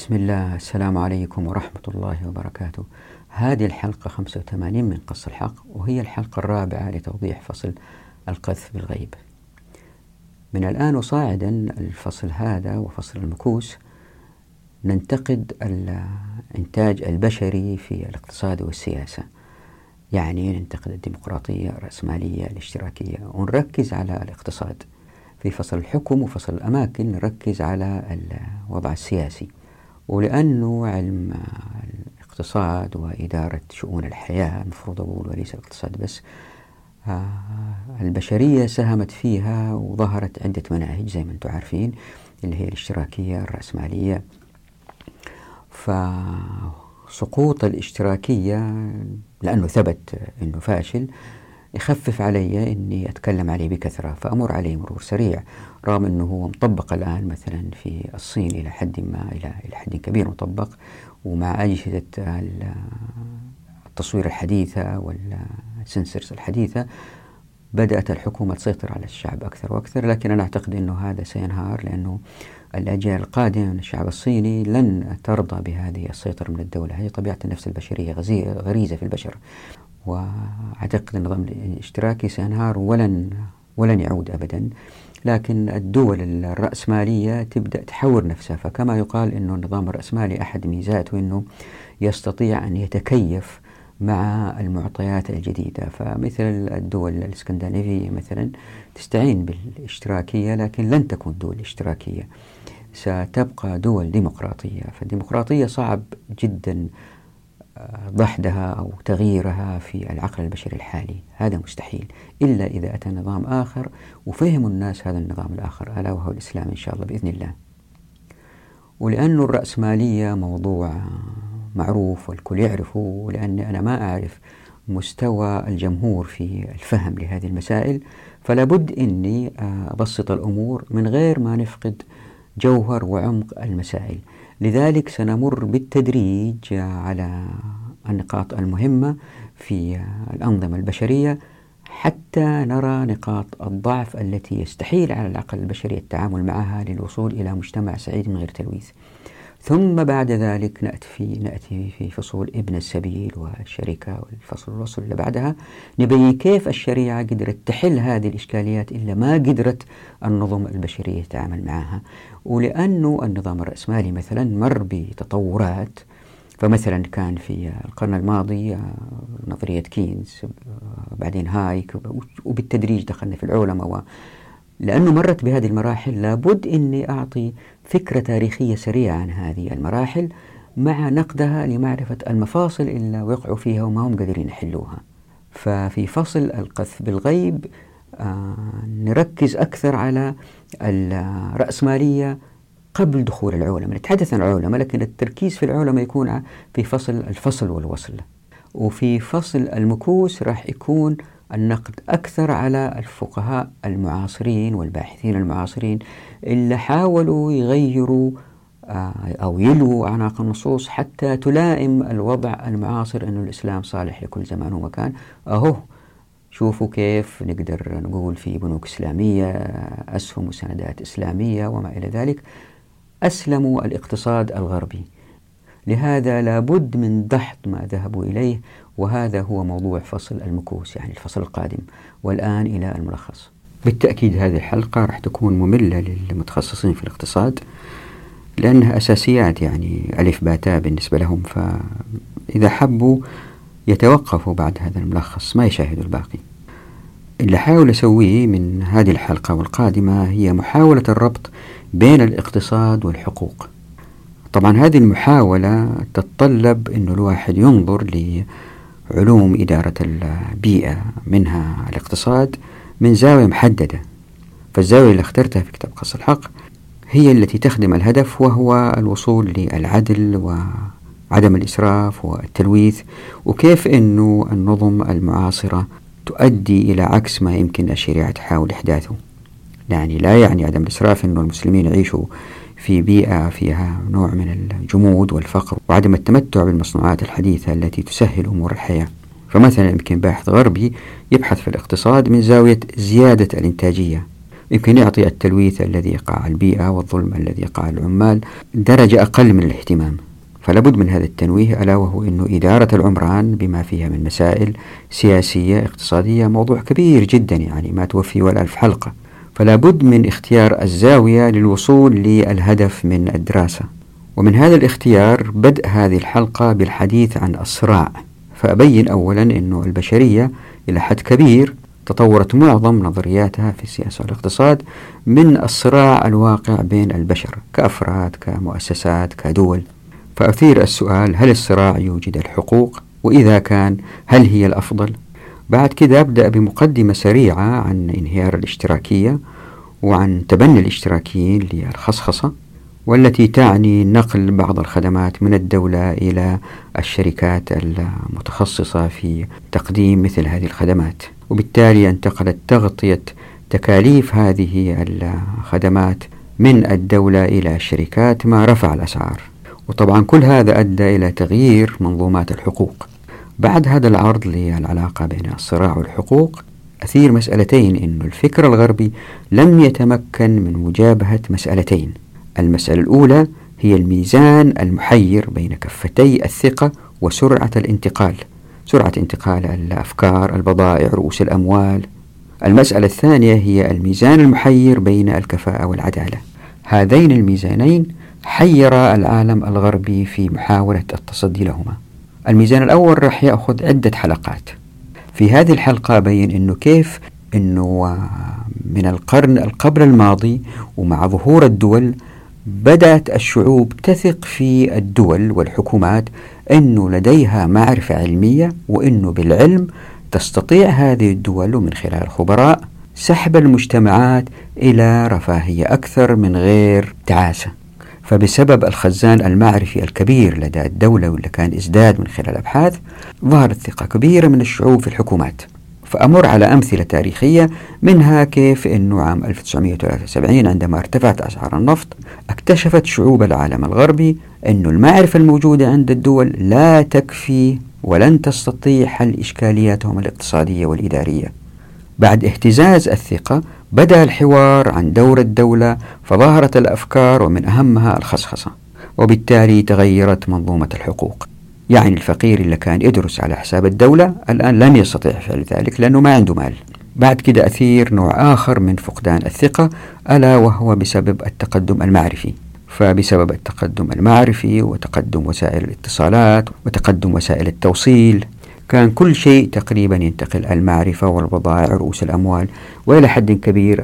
بسم الله. السلام عليكم ورحمة الله وبركاته. هذه الحلقة 85 من قص الحق، وهي الحلقة الرابعة لتوضيح فصل القذف بالغيب. من الآن وصاعدا الفصل هذا وفصل المكوس ننتقد الإنتاج البشري في الاقتصاد والسياسة، يعني ننتقد الديمقراطية، الرأسمالية، الاشتراكية، ونركز على الاقتصاد. في فصل الحكم وفصل الأماكن نركز على الوضع السياسي، ولأنه علم الاقتصاد وإدارة شؤون الحياة المفروض أقول وليس الاقتصاد بس، البشرية ساهمت فيها وظهرت عدة مناهج زي ما أنتم عارفين، اللي هي الاشتراكية، الرأسمالية. فسقوط الاشتراكية لأنه ثبت أنه فاشل يخفف علي أني أتكلم عليه بكثرة، فأمر عليه مرور سريع، رغم أنه هو مطبق الآن مثلا في الصين إلى حد ما، إلى حد كبير مطبق، ومع أجهزة التصوير الحديثة والسنسرز الحديثة بدأت الحكومة تسيطر على الشعب أكثر وأكثر. لكن أنا أعتقد أنه هذا سينهار، لأنه الأجيال القادمة من الشعب الصيني لن ترضى بهذه السيطرة من الدولة. هي طبيعة النفس البشرية غريزة في البشر، وأعتقد النظام الاشتراكي سينهار ولن يعود أبدا. لكن الدول الرأسمالية تبدأ تحور نفسها، فكما يقال أنه النظام الرأسمالي أحد ميزاته أنه يستطيع أن يتكيف مع المعطيات الجديدة. فمثل الدول الاسكندنافية مثلا تستعين بالاشتراكية، لكن لن تكون دول اشتراكية، ستبقى دول ديمقراطية. فالديمقراطية صعب جدا ضحدها أو تغييرها في العقل البشري الحالي، هذا مستحيل إلا إذا أتى نظام آخر وفهم الناس هذا النظام الآخر، ألا وهو الإسلام إن شاء الله بإذن الله. ولأنه الرأسمالية موضوع معروف والكل يعرفه، ولأني أنا ما أعرف مستوى الجمهور في الفهم لهذه المسائل، فلا بد أني أبسط الأمور من غير ما نفقد جوهر وعمق المسائل. لذلك سنمر بالتدريج على النقاط المهمة في الأنظمة البشرية حتى نرى نقاط الضعف التي يستحيل على العقل البشري التعامل معها للوصول إلى مجتمع سعيد من غير تلويث. ثم بعد ذلك نأتي في فصول ابن السبيل والشركة، والفصل اللي بعدها نبين كيف الشريعة قدرت تحل هذه الإشكاليات إلا ما قدرت النظم البشرية تتعامل معها. ولأنه النظام الرأسمالي مثلا مر بتطورات، فمثلا كان في القرن الماضي نظرية كينز، بعدين هايك، وبالتدريج دخلنا في العولمة. لأنه مرت بهذه المراحل لابد أني أعطي فكرة تاريخية سريعة عن هذه المراحل مع نقدها لمعرفة المفاصل اللي وقعوا فيها وما هم قادرين يحلوها. ففي فصل القذف بالغيب نركز أكثر على الرأسمالية قبل دخول العولمة. نتحدث عن العولمة، لكن التركيز في العولمة يكون في الفصل والوصل. وفي فصل المكوس راح يكون النقد أكثر على الفقهاء المعاصرين والباحثين المعاصرين اللي حاولوا يغيروا أو يلووا أعناق النصوص حتى تلائم الوضع المعاصر، أنه الإسلام صالح لكل زمان ومكان. شوفوا كيف نقدر نقول في بنوك إسلامية، أسهم وسندات إسلامية وما إلى ذلك. أسلموا الاقتصاد الغربي، لهذا لابد من دحض ما ذهبوا إليه، وهذا هو موضوع فصل المكوس، يعني الفصل القادم. والآن إلى الملخص. بالتأكيد هذه الحلقة راح تكون مملة للمتخصصين في الاقتصاد، لأنها أساسيات، يعني ألف باتا بالنسبة لهم، فإذا حبوا يتوقفوا بعد هذا الملخص ما يشاهدوا الباقي. اللي حاول أسويه من هذه الحلقة والقادمة هي محاولة الربط بين الاقتصاد والحقوق. طبعا هذه المحاولة تتطلب أنه الواحد ينظر لعلوم إدارة البيئة منها الاقتصاد من زاوية محددة. فالزاوية اللي اخترتها في كتاب قص الحق هي التي تخدم الهدف، وهو الوصول للعدل وعدم الإسراف والتلويث، وكيف أنه النظم المعاصرة تؤدي إلى عكس ما يمكن الشريعة تحاول إحداثه. يعني لا يعني عدم الإسراف أنه المسلمين يعيشوا في بيئة فيها نوع من الجمود والفقر وعدم التمتع بالمصنوعات الحديثة التي تسهل أمور الحياة. فمثلا يمكن باحث غربي يبحث في الاقتصاد من زاوية زيادة الإنتاجية، يمكن يعطي التلويث الذي يقع على البيئة والظلم الذي يقع على العمال درجة أقل من الاهتمام. فلا بد من هذا التنويه، ألا وهو أنه إدارة العمران بما فيها من مسائل سياسية اقتصادية موضوع كبير جدا، يعني ما توفي ولا ألف حلقة. فلا بد من اختيار الزاوية للوصول للهدف من الدراسة. ومن هذا الاختيار بدء هذه الحلقة بالحديث عن الصراع. فأبين أولا أنه البشرية إلى حد كبير تطورت معظم نظرياتها في السياسة والاقتصاد من الصراع الواقع بين البشر كأفراد، كمؤسسات، كدول. فأثير السؤال: هل الصراع يوجد الحقوق؟ وإذا كان هل هي الأفضل؟ بعد كده أبدأ بمقدمة سريعة عن انهيار الاشتراكية وعن تبني الاشتراكيين للخصخصة، والتي تعني نقل بعض الخدمات من الدولة إلى الشركات المتخصصة في تقديم مثل هذه الخدمات، وبالتالي انتقلت تغطية تكاليف هذه الخدمات من الدولة إلى الشركات، ما رفع الأسعار. وطبعا كل هذا أدى إلى تغيير منظومات الحقوق. بعد هذا العرض للعلاقة بين الصراع والحقوق أثير مسألتين: إنه الفكر الغربي لم يتمكن من مجابهة مسألتين. المسألة الأولى هي الميزان المحير بين كفتي الثقة وسرعة الانتقال، سرعة انتقال الأفكار، البضائع، رؤوس الأموال. المسألة الثانية هي الميزان المحير بين الكفاءة والعدالة. هذين الميزانين حير العالم الغربي في محاولة التصدي لهما. الميزان الأول راح يأخذ عدة حلقات. في هذه الحلقة أبين أنه كيف أنه من القرن قبل الماضي ومع ظهور الدول بدأت الشعوب تثق في الدول والحكومات أنه لديها معرفة علمية، وأنه بالعلم تستطيع هذه الدول ومن خلال الخبراء سحب المجتمعات إلى رفاهية أكثر من غير تعاسة. فبسبب الخزان المعرفي الكبير لدى الدولة واللي كان ازداد من خلال الأبحاث، ظهرت ثقة كبيرة من الشعوب في الحكومات. فأمر على أمثلة تاريخية، منها كيف أنه عام 1973 عندما ارتفعت أسعار النفط اكتشفت شعوب العالم الغربي أن المعرفة الموجودة عند الدول لا تكفي ولن تستطيع حل إشكالياتهم الاقتصادية والإدارية. بعد اهتزاز الثقة بدأ الحوار عن دور الدولة، فظهرت الأفكار ومن أهمها الخصخصة، وبالتالي تغيرت منظومة الحقوق. يعني الفقير اللي كان يدرس على حساب الدولة الآن لن يستطيع فعل ذلك لأنه ما عنده مال. بعد كده أثير نوع آخر من فقدان الثقة، ألا وهو بسبب التقدم المعرفي. فبسبب التقدم المعرفي وتقدم وسائل الاتصالات وتقدم وسائل التوصيل كان كل شيء تقريبا ينتقل، المعرفة والبضائع، رؤوس الأموال، وإلى حد كبير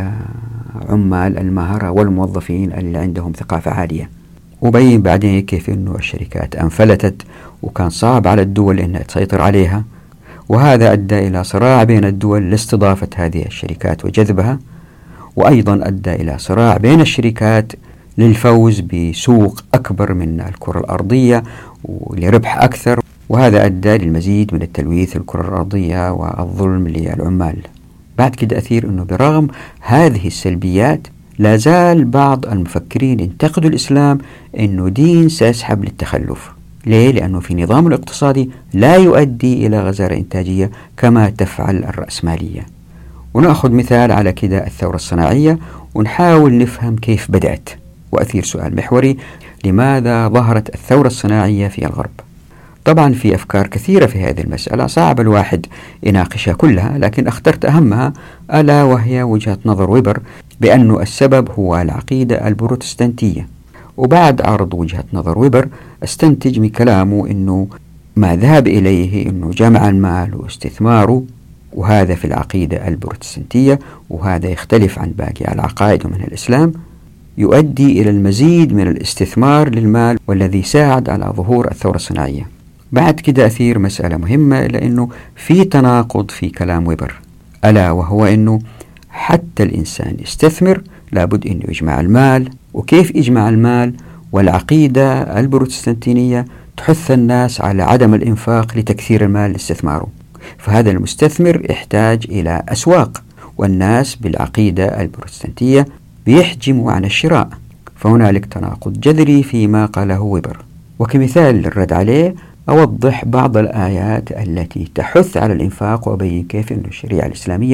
العمال المهرة والموظفين اللي عندهم ثقافة عالية. وبين بعدين كيف أنه الشركات انفلتت وكان صعب على الدول أنها تسيطر عليها، وهذا أدى إلى صراع بين الدول لاستضافة هذه الشركات وجذبها، وأيضا أدى إلى صراع بين الشركات للفوز بسوق أكبر من الكرة الأرضية ولربح أكثر، وهذا أدى للمزيد من التلويث الكرة الأرضية والظلم للعمال. بعد كده أثير أنه برغم هذه السلبيات لا زال بعض المفكرين ينتقدوا الإسلام أنه دين سيسحب للتخلف. ليه؟ لأنه في نظام الاقتصادي لا يؤدي إلى غزارة إنتاجية كما تفعل الرأسمالية. ونأخذ مثال على كده الثورة الصناعية ونحاول نفهم كيف بدأت، وأثير سؤال محوري: لماذا ظهرت الثورة الصناعية في الغرب؟ طبعا في أفكار كثيرة في هذه المسألة، صعب الواحد يناقشها كلها، لكن اخترت أهمها، ألا وهي وجهة نظر ويبر بأن السبب هو العقيدة البروتستانتية. وبعد عرض وجهة نظر ويبر استنتج من كلامه أنه ما ذهب إليه أنه جمع المال واستثماره، وهذا في العقيدة البروتستانتية، وهذا يختلف عن باقي العقائد ومن الإسلام، يؤدي إلى المزيد من الاستثمار للمال، والذي ساعد على ظهور الثورة الصناعية. بعد كده أثير مسألة مهمة، لأنه في تناقض في كلام ويبر، ألا وهو أنه حتى الإنسان يستثمر لابد أنه يجمع المال. وكيف يجمع المال؟ والعقيدة البروتستانتينية تحث الناس على عدم الإنفاق لتكثير المال لاستثماره، فهذا المستثمر يحتاج إلى أسواق، والناس بالعقيدة البروتستانتية بيحجموا عن الشراء، فهنالك تناقض جذري فيما قاله ويبر. وكمثال للرد عليه أوضح بعض الآيات التي تحث على الإنفاق، وأبين كيف أن الشريعة الإسلامية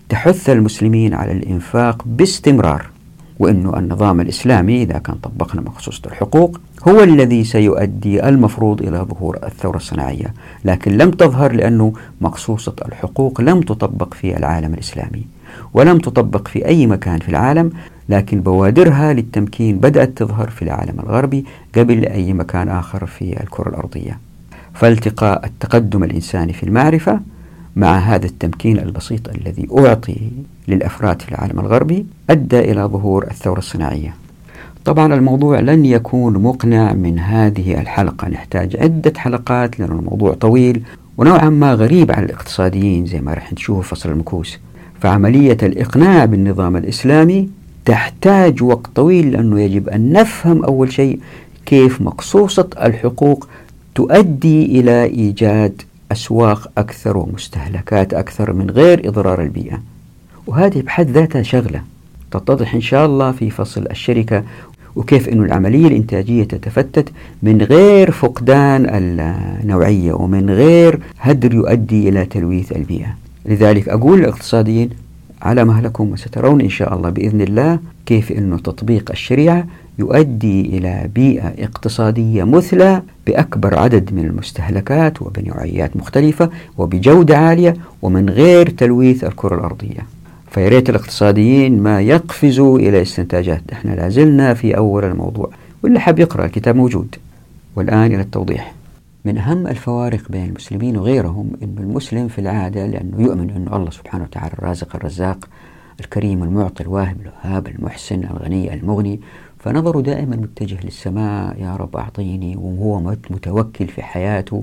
تحث المسلمين على الإنفاق باستمرار، وأنه النظام الإسلامي إذا كان طبقنا مخصوص الحقوق هو الذي سيؤدي المفروض إلى ظهور الثورة الصناعية، لكن لم تظهر لأنه مخصوصة الحقوق لم تطبق في العالم الإسلامي ولم تطبق في أي مكان في العالم، لكن بوادرها للتمكين بدأت تظهر في العالم الغربي قبل أي مكان آخر في الكرة الأرضية. فالتقاء التقدم الإنساني في المعرفة مع هذا التمكين البسيط الذي أعطي للأفراد في العالم الغربي أدى إلى ظهور الثورة الصناعية. طبعا الموضوع لن يكون مقنع من هذه الحلقة، نحتاج عدة حلقات لأن الموضوع طويل ونوعا ما غريب على الاقتصاديين زي ما رح نشوف فصل المكوس. فعملية الإقناع بالنظام الإسلامي تحتاج وقت طويل، لأنه يجب أن نفهم أول شيء كيف مقصوصة الحقوق تؤدي إلى إيجاد أسواق أكثر ومستهلكات أكثر من غير إضرار البيئة، وهذه بحد ذاتها شغلة تتضح إن شاء الله في فصل الشركة، وكيف أن العملية الإنتاجية تتفتت من غير فقدان النوعية ومن غير هدر يؤدي إلى تلويث البيئة. لذلك أقول للاقتصاديين على مهلكم، وسترون إن شاء الله بإذن الله كيف أن تطبيق الشريعة يؤدي إلى بيئة اقتصادية مثلى بأكبر عدد من المستهلكات وبنوعيات مختلفة وبجودة عالية ومن غير تلويث الكرة الأرضية. فياريت الاقتصاديين ما يقفزوا إلى استنتاجات، احنا لازلنا في أول الموضوع، واللي حاب يقرأ الكتاب موجود. والآن إلى التوضيح. من أهم الفوارق بين المسلمين وغيرهم أن المسلم في العادة لأنه يؤمن أن الله سبحانه وتعالى الرازق الرزاق الكريم المعطي الواهب الوهاب المحسن الغني المغني، فنظره دائما متجه للسماء، يا رب أعطيني، وهو متوكل في حياته.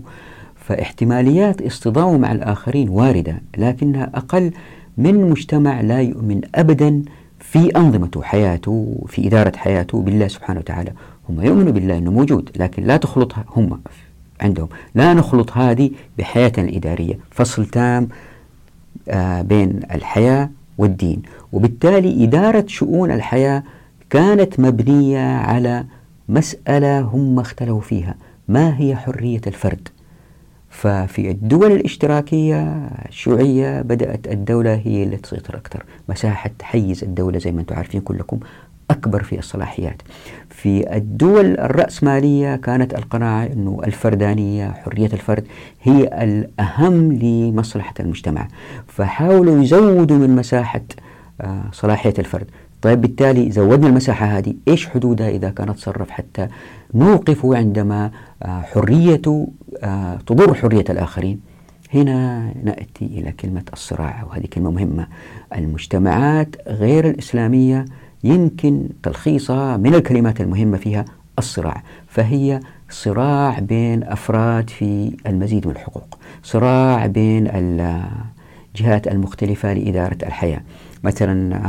فاحتماليات اصطدامه مع الآخرين واردة، لكنها أقل من مجتمع لا يؤمن أبدا في أنظمته حياته في إدارة حياته بالله سبحانه وتعالى. هم يؤمنوا بالله أنه موجود، لكن لا تخلطها هم عندهم، لا نخلط هذه بحياتنا الإدارية، فصل تام بين الحياة والدين. وبالتالي إدارة شؤون الحياة كانت مبنية على مسألة هم اختلفوا فيها، ما هي حرية الفرد. ففي الدول الاشتراكية الشيوعية بدأت الدولة هي اللي تسيطر أكثر، مساحة حيز الدولة زي ما أنتم عارفين كلكم أكبر في الصلاحيات. في الدول الرأسمالية كانت القناعة أنه الفردانية حرية الفرد هي الأهم لمصلحة المجتمع، فحاولوا يزودوا من مساحة صلاحية الفرد. طيب بالتالي زودنا المساحة هذه، إيش حدودها إذا كانت تصرف حتى نوقف عندما حريته تضر حرية الآخرين؟ هنا نأتي إلى كلمة الصراع، وهذه كلمة مهمة. المجتمعات غير الإسلامية يمكن تلخيصها من الكلمات المهمة فيها الصراع، فهي صراع بين أفراد في المزيد من الحقوق، صراع بين الجهات المختلفة لإدارة الحياة. مثلا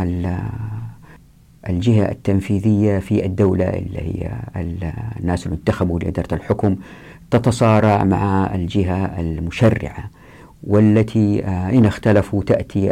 الجهة التنفيذية في الدولة اللي هي الناس اللي انتخبوا لإدارة الحكم تتصارع مع الجهة المشرعة، والتي إن اختلفوا تأتي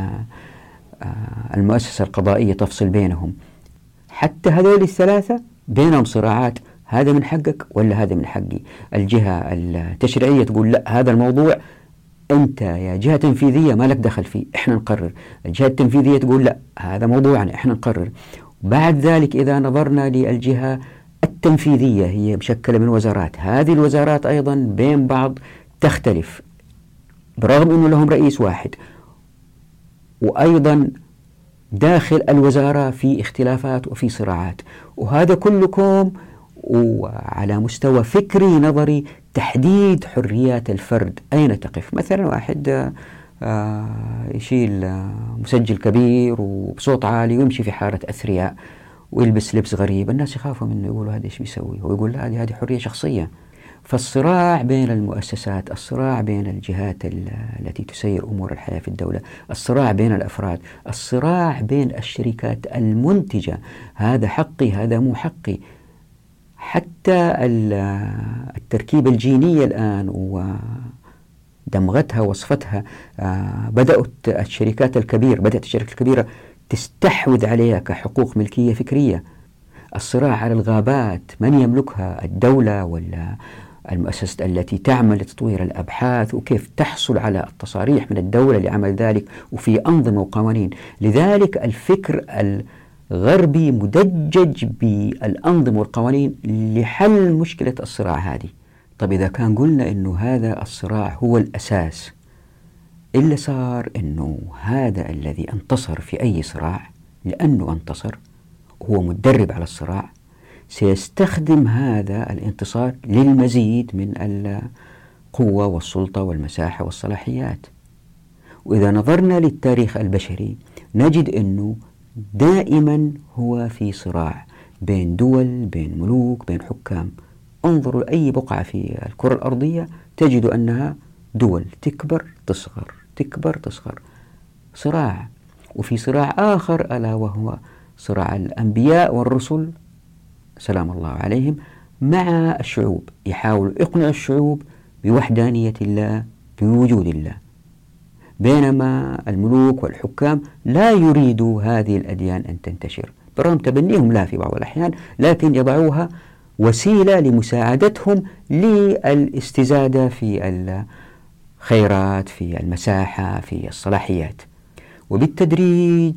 المؤسسة القضائية تفصل بينهم. حتى هذول الثلاثة بينهم صراعات، هذا من حقك ولا هذا من حقي. الجهة التشريعية تقول لا، هذا الموضوع أنت يا جهة تنفيذية ما لك دخل فيه، إحنا نقرر. الجهة التنفيذية تقول لا، هذا موضوعنا، إحنا نقرر. بعد ذلك إذا نظرنا للجهة التنفيذية هي مشكلة من وزارات، هذه الوزارات أيضا بين بعض تختلف برغم أنه لهم رئيس واحد، وأيضا داخل الوزارة في اختلافات وفي صراعات. وهذا كلكم وعلى مستوى فكري نظري تحديد حريات الفرد أين تقف. مثلا واحد يشيل مسجل كبير وبصوت عالي ويمشي في حارة أثرياء ويلبس لبس غريب، الناس يخافوا منه، يقولوا هذا إيش بيسوي، ويقول لا هذه حرية شخصية. فالصراع بين المؤسسات، الصراع بين الجهات التي تسير أمور الحياة في الدولة، الصراع بين الأفراد، الصراع بين الشركات المنتجة، هذا حقي هذا مو حقي. حتى التركيبة الجينية الآن ودمغتها وصفتها، بدأت الشركات الكبيرة تستحوذ عليها كحقوق ملكية فكرية. الصراع على الغابات، من يملكها، الدولة ولا المؤسسة التي تعمل لتطوير الأبحاث وكيف تحصل على التصاريح من الدولة لعمل ذلك، وفي أنظمة وقوانين. لذلك الفكر الغربي مدجج بالأنظمة والقوانين لحل مشكلة الصراع هذه. طب إذا كان قلنا أنه هذا الصراع هو الأساس، اللي صار أنه هذا الذي انتصر في أي صراع لأنه انتصر هو متدرب على الصراع، سيستخدم هذا الانتصار للمزيد من القوة والسلطة والمساحة والصلاحيات. وإذا نظرنا للتاريخ البشري نجد أنه دائما هو في صراع بين دول، بين ملوك، بين حكام. انظروا لأي بقعة في الكرة الأرضية تجد أنها دول تكبر تصغر تكبر تصغر، صراع. وفي صراع آخر ألا وهو صراع الأنبياء والرسل سلام الله عليهم مع الشعوب، يحاول يقنع الشعوب بوحدانية الله بوجود الله، بينما الملوك والحكام لا يريدوا هذه الأديان أن تنتشر برغم تبنيهم لها في بعض الأحيان، لكن يضعوها وسيلة لمساعدتهم للاستزادة في الخيرات، في المساحة، في الصلاحيات. وبالتدريج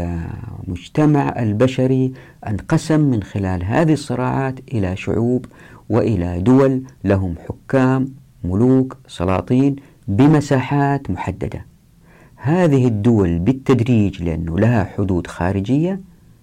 المجتمع البشري انقسم من خلال هذه الصراعات إلى شعوب وإلى دول لهم حكام، ملوك، سلاطين بمساحات محددة. هذه الدول بالتدريج لأنه لها حدود خارجية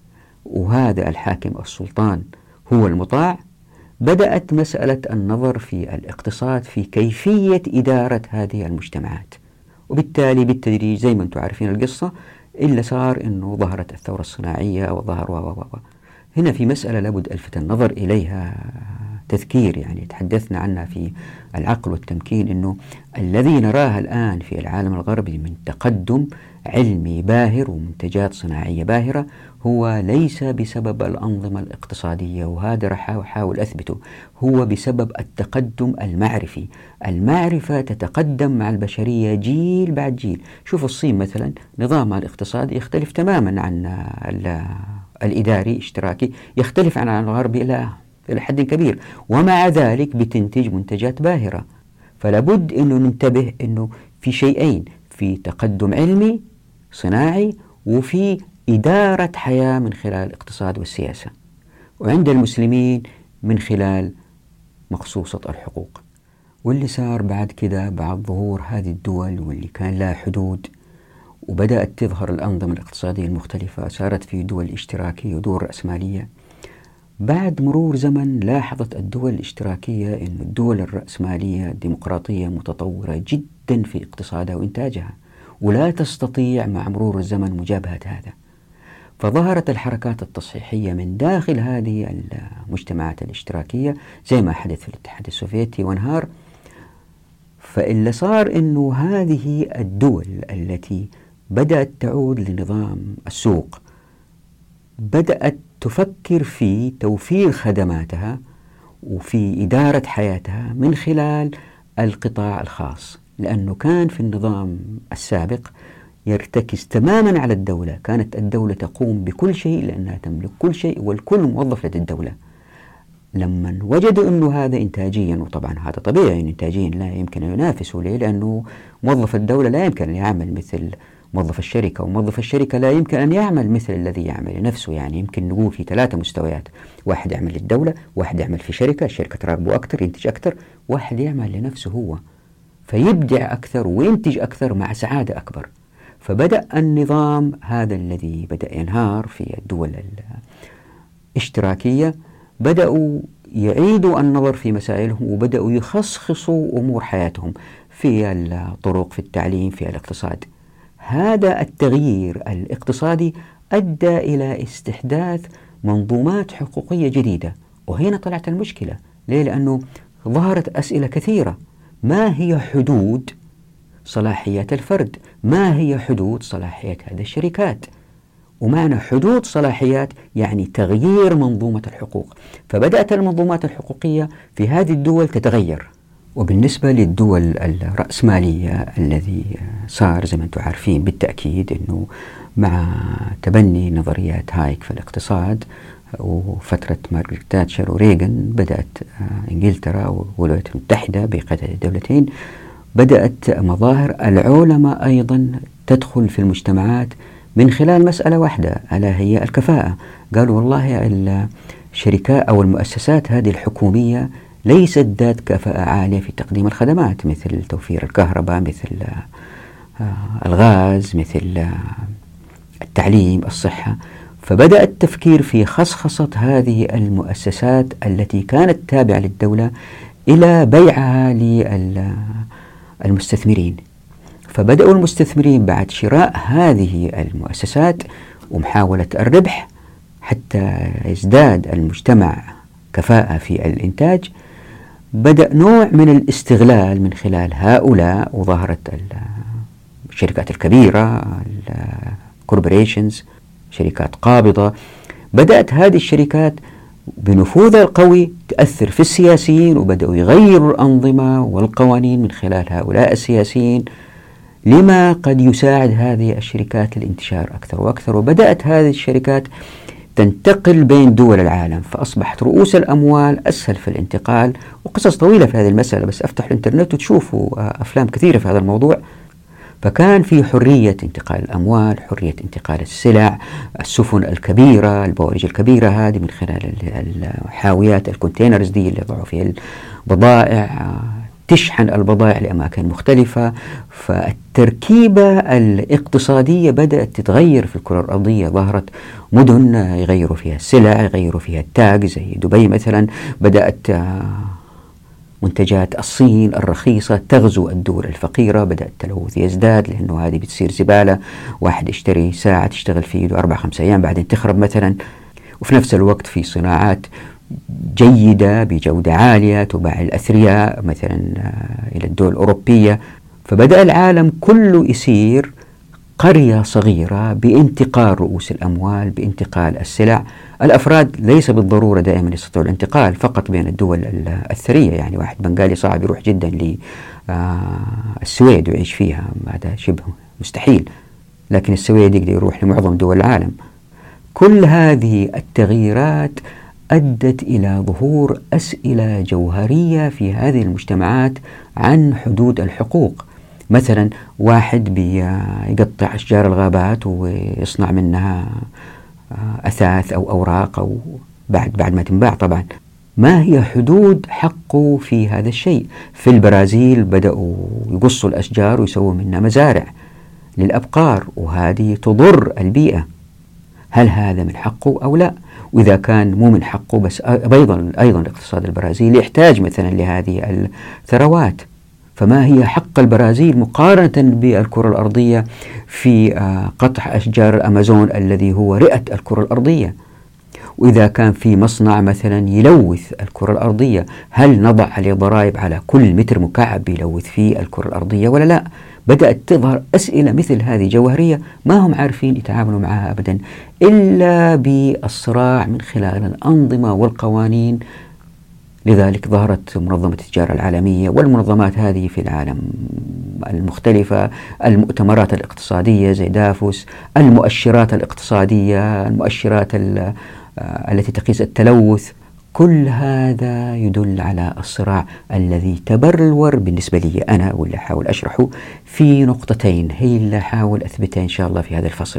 وهذا الحاكم السلطان هو المطاع، بدأت مسألة النظر في الاقتصاد في كيفية إدارة هذه المجتمعات. وبالتالي بالتدريج زي ما أنتم عارفين القصة إلا صار أنه ظهرت الثورة الصناعية وظهر هنا في مسألة لابد ألفت النظر إليها تذكير، يعني تحدثنا عنها في العقل والتمكين، أنه الذي نراه الآن في العالم الغربي من تقدم علمي باهر ومنتجات صناعية باهرة هو ليس بسبب الأنظمة الاقتصادية، وهذا راح أحاول أثبته، هو بسبب التقدم المعرفي. المعرفة تتقدم مع البشرية جيل بعد جيل. شوف الصين مثلا نظامها الاقتصادي يختلف تماما عن الإداري اشتراكي، يختلف عن الغربي إلى حد كبير، ومع ذلك بتنتج منتجات باهرة. فلابد أنه ننتبه أنه في شيئين، في تقدم علمي صناعي وفي إدارة حياة من خلال الاقتصاد والسياسة، وعند المسلمين من خلال مخصوصة الحقوق. واللي صار بعد كده بعد ظهور هذه الدول واللي كان لها حدود وبدأت تظهر الأنظمة الاقتصادية المختلفة، صارت في دول اشتراكية ودول رأسمالية. بعد مرور زمن لاحظت الدول الاشتراكية أن الدول الرأسمالية الديمقراطية متطورة جدا في اقتصادها وإنتاجها، ولا تستطيع مع مرور الزمن مجابهة هذا. فظهرت الحركات التصحيحية من داخل هذه المجتمعات الاشتراكية زي ما حدث في الاتحاد السوفيتي وانهار. فاللي صار أنه هذه الدول التي بدأت تعود لنظام السوق بدأت تفكر في توفير خدماتها وفي إدارة حياتها من خلال القطاع الخاص، لأنه كان في النظام السابق يرتكز تماما على الدولة، كانت الدولة تقوم بكل شيء لأنها تملك كل شيء والكل موظف لدى الدولة. لما وجدوا أنه هذا إنتاجيا، وطبعا هذا طبيعي إنتاجيا لا يمكن أن ينافسوا، ليه؟ لأنه موظف الدولة لا يمكن أن يعمل مثل موظف الشركة، وموظف الشركة لا يمكن أن يعمل مثل الذي يعمل لنفسه. يعني يمكن نقول في 3 مستويات، واحد يعمل للدولة، واحد يعمل في شركة، الشركة تراقبه أكثر ينتج أكثر، واحد يعمل لنفسه هو فيبدع أكثر وينتج أكثر مع سعادة أكبر. فبدأ النظام هذا الذي بدأ ينهار في الدول الاشتراكية، بدأوا يعيدوا النظر في مسائلهم وبدأوا يخصصوا أمور حياتهم في الطرق، في التعليم، في الاقتصاد. هذا التغيير الاقتصادي أدى إلى استحداث منظومات حقوقية جديدة، وهنا طلعت المشكلة. ليه؟ لأنه ظهرت أسئلة كثيرة. ما هي حدود صلاحيات الفرد؟ ما هي حدود صلاحيات هذه الشركات؟ ومعنى حدود صلاحيات يعني تغيير منظومة الحقوق. فبدأت المنظومات الحقوقية في هذه الدول تتغير. وبالنسبة للدول الرأسمالية الذي صار زي ما أنتم عارفين بالتأكيد أنه مع تبني نظريات هايك في الاقتصاد وفترة مارغريت تاتشر وريغن بدأت إنجلترا والولايات المتحدة بقيادة الدولتين بدأت مظاهر العولمة أيضا تدخل في المجتمعات من خلال مسألة واحدة، ألا هي الكفاءة. قالوا والله الشركات أو المؤسسات هذه الحكومية ليست ذات كفاءة عالية في تقديم الخدمات، مثل توفير الكهرباء، مثل الغاز، مثل التعليم، الصحة. فبدأ التفكير في خصخصة هذه المؤسسات التي كانت تابعة للدولة إلى بيعها للمستثمرين. فبدأوا المستثمرين بعد شراء هذه المؤسسات ومحاولة الربح حتى يزداد المجتمع كفاءة في الإنتاج، بدأ نوع من الاستغلال من خلال هؤلاء، وظهرت الشركات الكبيرة، الكوربوريشنز، شركات قابضة. بدأت هذه الشركات بنفوذها القوي تأثر في السياسيين، وبدأوا يغيروا الأنظمة والقوانين من خلال هؤلاء السياسيين، لما قد يساعد هذه الشركات للانتشار أكثر وأكثر. وبدأت هذه الشركات تنتقل بين دول العالم، فأصبحت رؤوس الأموال أسهل في الانتقال. وقصص طويلة في هذه المسألة، بس أفتح الإنترنت وتشوفوا أفلام كثيرة في هذا الموضوع. فكان في حرية انتقال الأموال، حرية انتقال السلع، السفن الكبيرة، البوارج الكبيرة هذه من خلال الحاويات، الكونتينرز دي اللي يضعوا فيها البضائع، تشحن البضائع لأماكن مختلفة. فالتركيبة الاقتصادية بدأت تتغير في الكرة الأرضية. ظهرت مدن يغيروا فيها السلع، يغيروا فيها التاج، زي دبي مثلا. بدأت منتجات الصين الرخيصة تغزو الدول الفقيرة. بدأ التلوث يزداد، لأنه هذه بتصير زبالة. واحد يشتري ساعة تشتغل فيه 4-5 أيام بعدين تخرب مثلا. وفي نفس الوقت في صناعات جيدة بجودة عالية تباع الأثرياء مثلا إلى الدول الأوروبية. فبدأ العالم كله يصير قرية صغيرة بانتقال رؤوس الأموال، بانتقال السلع. الأفراد ليس بالضرورة دائما يستطيعوا الانتقال فقط بين الدول الثرية. يعني واحد بنغالي صعب يروح جدا للسويد ويعيش فيها، هذا شبه مستحيل. لكن السويد يقدر يروح لمعظم دول العالم. كل هذه التغييرات أدت إلى ظهور أسئلة جوهرية في هذه المجتمعات عن حدود الحقوق. مثلا واحد بيقطع أشجار الغابات ويصنع منها أثاث أو أوراق، أو بعد ما تنباع طبعا. ما هي حدود حقه في هذا الشيء؟ في البرازيل بدأوا يقصوا الأشجار ويسووا منها مزارع للأبقار، وهذه تضر البيئة. هل هذا من حقه أو لا؟ وإذا كان مو من حقه، بس أيضا الاقتصاد البرازيلي يحتاج مثلا لهذه الثروات. فما هي حق البرازيل مقارنة بالكرة الأرضية في قطع أشجار الأمازون الذي هو رئة الكرة الأرضية؟ وإذا كان في مصنع مثلا يلوث الكرة الأرضية، هل نضع عليه ضرائب على كل متر مكعب يلوث فيه الكرة الأرضية ولا لا؟ بدأت تظهر أسئلة مثل هذه جوهرية ما هم عارفين يتعاملوا معها أبدا إلا بالصراع من خلال الأنظمة والقوانين. لذلك ظهرت منظمة التجارة العالمية والمنظمات هذه في العالم المختلفة، المؤتمرات الاقتصادية زي دافوس، المؤشرات الاقتصادية، المؤشرات التي تقيس التلوث. كل هذا يدل على الصراع الذي تبلور بالنسبة لي أنا، واللي أحاول أشرحه في نقطتين هي اللي أحاول أثبتها إن شاء الله في هذا الفصل.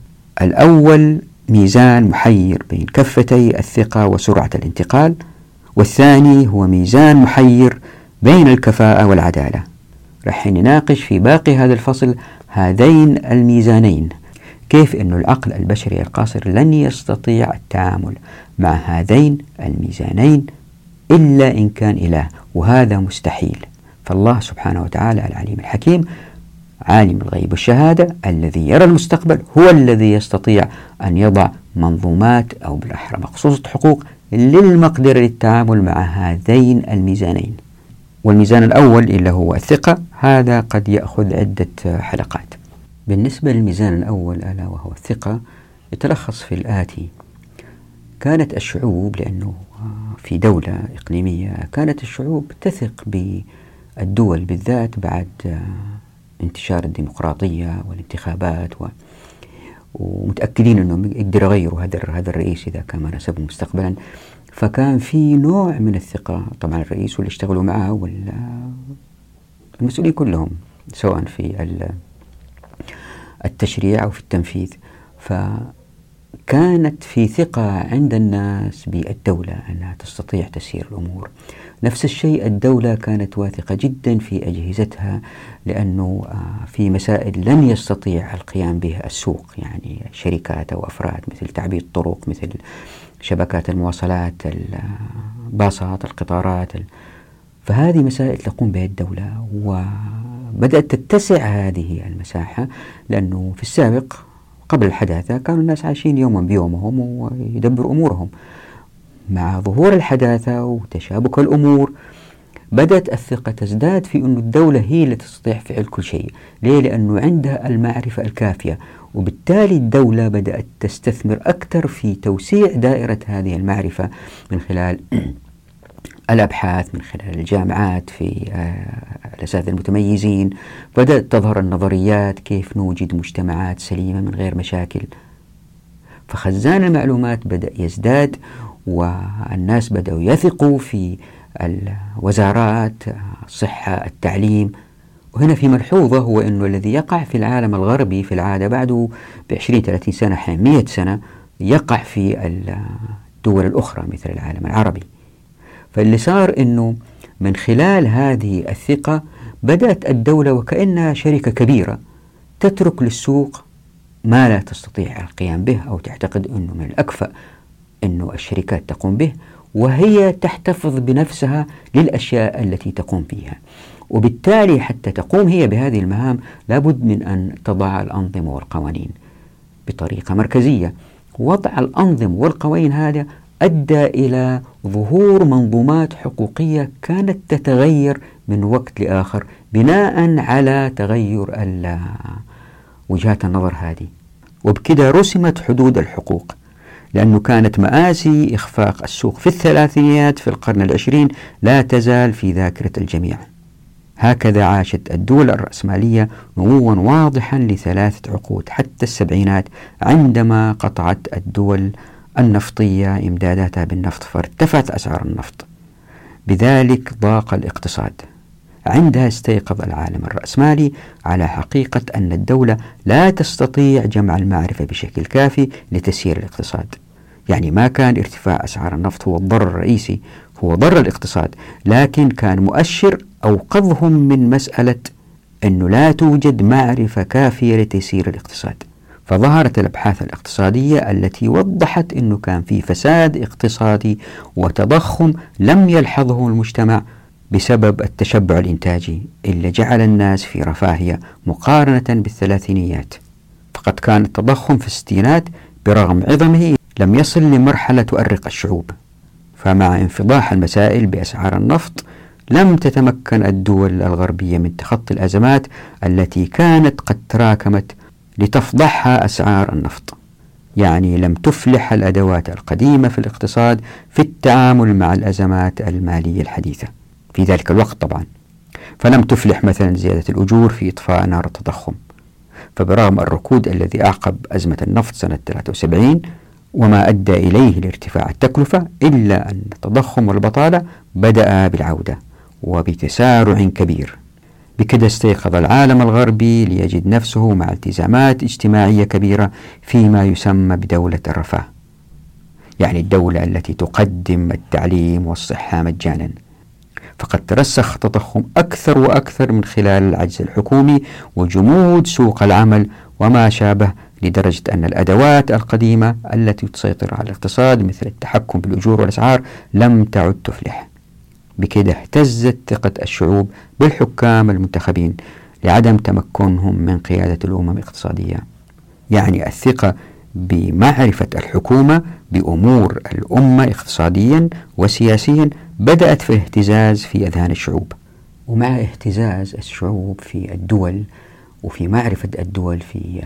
الأول ميزان محير بين كفتي الثقة وسرعة الانتقال، والثاني هو ميزان محير بين الكفاءة والعدالة. رح نناقش في باقي هذا الفصل هذين الميزانين، كيف أن العقل البشري القاصر لن يستطيع التعامل مع هذين الميزانين إلا إن كان إله، وهذا مستحيل. فالله سبحانه وتعالى العليم الحكيم عالم الغيب والشهادة الذي يرى المستقبل هو الذي يستطيع أن يضع منظومات أو بالأحرى مقصوصة حقوق للمقدرة للتعامل مع هذين الميزانين. والميزان الأول اللي هو الثقة، هذا قد يأخذ عدة حلقات. بالنسبة للميزان الأول ألا وهو الثقة، يتلخص في الآتي: كانت الشعوب، لأنه في دولة إقليمية، كانت الشعوب تثق بالدول بالذات بعد انتشار الديمقراطية والانتخابات ومتأكدين أنهم يقدر يغيروا هذا الرئيس إذا كان ما ناسبهم مستقبلا. فكان في نوع من الثقة، طبعا الرئيس واللي اشتغلوا معه والمسؤولين كلهم سواء في التشريع أو في التنفيذ. فكانت في ثقة عند الناس بالدولة أنها تستطيع تسيير الأمور. نفس الشيء الدولة كانت واثقة جدا في أجهزتها، لأنه في مسائل لن يستطيع القيام بها السوق، يعني شركات أو أفراد، مثل تعبيد الطرق، مثل شبكات المواصلات، الباصات، القطارات. فهذه مسائل تقوم بها الدولة، وبدأت تتسع هذه المساحة، لأنه في السابق قبل الحداثة كانوا الناس عايشين يوما بيومهم ويدبروا أمورهم. مع ظهور الحداثة وتشابك الأمور بدأت الثقة تزداد في أن الدولة هي اللي تستطيع فعل كل شيء. ليه؟ لأنه عندها المعرفة الكافية، وبالتالي الدولة بدأت تستثمر أكثر في توسيع دائرة هذه المعرفة من خلال الأبحاث، من خلال الجامعات في الأساتذة المتميزين. بدأت تظهر النظريات كيف نوجد مجتمعات سليمة من غير مشاكل. فخزان المعلومات بدأ يزداد، والناس بدأوا يثقوا في الوزارات، الصحة، التعليم. وهنا في ملحوظة، هو أنه الذي يقع في العالم الغربي في العادة بعده ب20-30 سنة، أحيانا 100 سنة، يقع في الدول الأخرى مثل العالم العربي. فاللي صار أنه من خلال هذه الثقة بدأت الدولة وكأنها شركة كبيرة تترك للسوق ما لا تستطيع القيام به، أو تعتقد أنه من الأكفأ أنه الشركات تقوم به، وهي تحتفظ بنفسها للأشياء التي تقوم فيها. وبالتالي حتى تقوم هي بهذه المهام لابد من أن تضع الأنظمة والقوانين بطريقة مركزية. وضع الأنظمة والقوانين هذا أدى إلى ظهور منظومات حقوقية كانت تتغير من وقت لآخر بناء على تغير وجهات النظر هذه. وبكده رسمت حدود الحقوق، لأنه كانت مآسي إخفاق السوق في الثلاثينيات في القرن العشرين لا تزال في ذاكرة الجميع. هكذا عاشت الدول الرأسمالية نموا واضحا ل3 عقود حتى السبعينات، عندما قطعت الدول النفطية إمداداتها بالنفط فارتفعت أسعار النفط، بذلك ضاق الاقتصاد. عندها استيقظ العالم الرأسمالي على حقيقة أن الدولة لا تستطيع جمع المعرفة بشكل كافي لتسيير الاقتصاد. يعني ما كان ارتفاع أسعار النفط هو الضرر الرئيسي، هو ضر الاقتصاد، لكن كان مؤشر أوقظهم من مسألة أنه لا توجد معرفة كافية لتسيير الاقتصاد. فظهرت الأبحاث الاقتصادية التي وضحت أنه كان في فساد اقتصادي وتضخم لم يلحظه المجتمع بسبب التشبع الإنتاجي اللي جعل الناس في رفاهية مقارنة بالثلاثينيات. فقد كان التضخم في الستينات برغم عظمه لم يصل لمرحلة تؤرق الشعوب. فمع انفضاح المسائل بأسعار النفط لم تتمكن الدول الغربية من تخطي الأزمات التي كانت قد تراكمت لتفضحها أسعار النفط. يعني لم تفلح الأدوات القديمة في الاقتصاد في التعامل مع الأزمات المالية الحديثة في ذلك الوقت طبعا. فلم تفلح مثلا زيادة الأجور في إطفاء نار التضخم. فبرغم الركود الذي أعقب أزمة النفط سنة 73 وما أدى إليه لارتفاع التكلفة، إلا أن التضخم والبطالة بدأ بالعودة وبتسارع كبير. بكده استيقظ العالم الغربي ليجد نفسه مع التزامات اجتماعية كبيرة فيما يسمى بدولة الرفاه، يعني الدولة التي تقدم التعليم والصحة مجانا. فقد ترسخ التضخم أكثر وأكثر من خلال العجز الحكومي وجمود سوق العمل وما شابه، لدرجة أن الأدوات القديمة التي تسيطر على الاقتصاد مثل التحكم بالأجور والأسعار لم تعد تفلح. بكده اهتزت ثقة الشعوب بالحكام المنتخبين لعدم تمكنهم من قيادة الأمم الاقتصادية. يعني الثقة بمعرفة الحكومة بأمور الأمة اقتصاديا وسياسيا بدأت في الاهتزاز في أذهان الشعوب. ومع اهتزاز الشعوب في الدول وفي معرفة الدول في